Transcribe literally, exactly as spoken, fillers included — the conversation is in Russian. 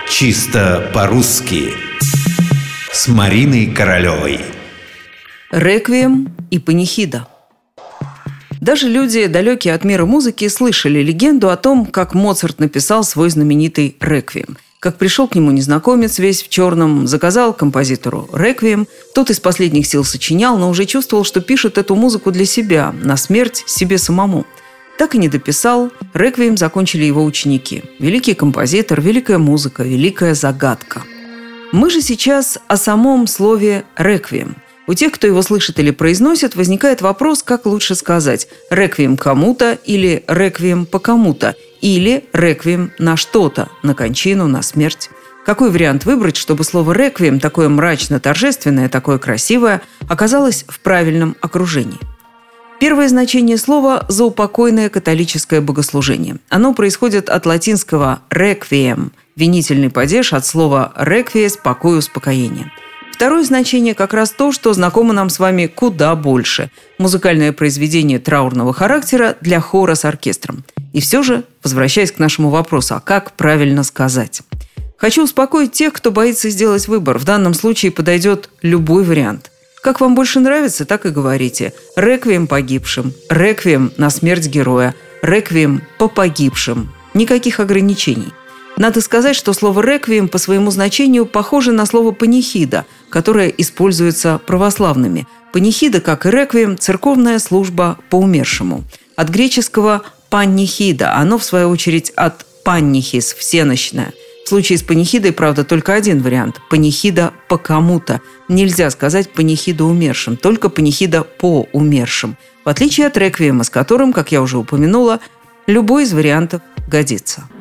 Чисто по-русски с Мариной Королевой. Реквием и панихида. Даже люди, далекие от мира музыки, слышали легенду о том, как Моцарт написал свой знаменитый реквием. Как пришел к нему незнакомец весь в черном, заказал композитору реквием. Тот из последних сил сочинял, но уже чувствовал, что пишет эту музыку для себя, на смерть себе самому. Так и не дописал. Реквием закончили его ученики. Великий композитор, великая музыка, великая загадка. Мы же сейчас о самом слове «реквием». У тех, кто его слышит или произносит, возникает вопрос, как лучше сказать «реквием кому-то» или «реквием по кому-то» или «реквием на что-то», на кончину, на смерть. Какой вариант выбрать, чтобы слово «реквием», такое мрачно-торжественное, такое красивое, оказалось в правильном окружении? Первое значение слова – заупокойное католическое богослужение. Оно происходит от латинского «реквием» – винительный падеж, от слова «реквиес» – покой, успокоение. Второе значение как раз то, что знакомо нам с вами куда больше – музыкальное произведение траурного характера для хора с оркестром. И все же, возвращаясь к нашему вопросу, а как правильно сказать? Хочу успокоить тех, кто боится сделать выбор. В данном случае подойдет любой вариант. Как вам больше нравится, так и говорите. Реквием погибшим, реквием на смерть героя, реквием по погибшим. Никаких ограничений. Надо сказать, что слово «реквием» по своему значению похоже на слово «панихида», которое используется православными. Панихида, как и реквием, церковная служба по умершему. От греческого «панихида», оно, в свою очередь, от «паннихис» – всенощная. В случае с панихидой, правда, только один вариант – панихида по кому-то. Нельзя сказать панихида умершим, только панихида по умершим. В отличие от реквиема, с которым, как я уже упомянула, любой из вариантов годится.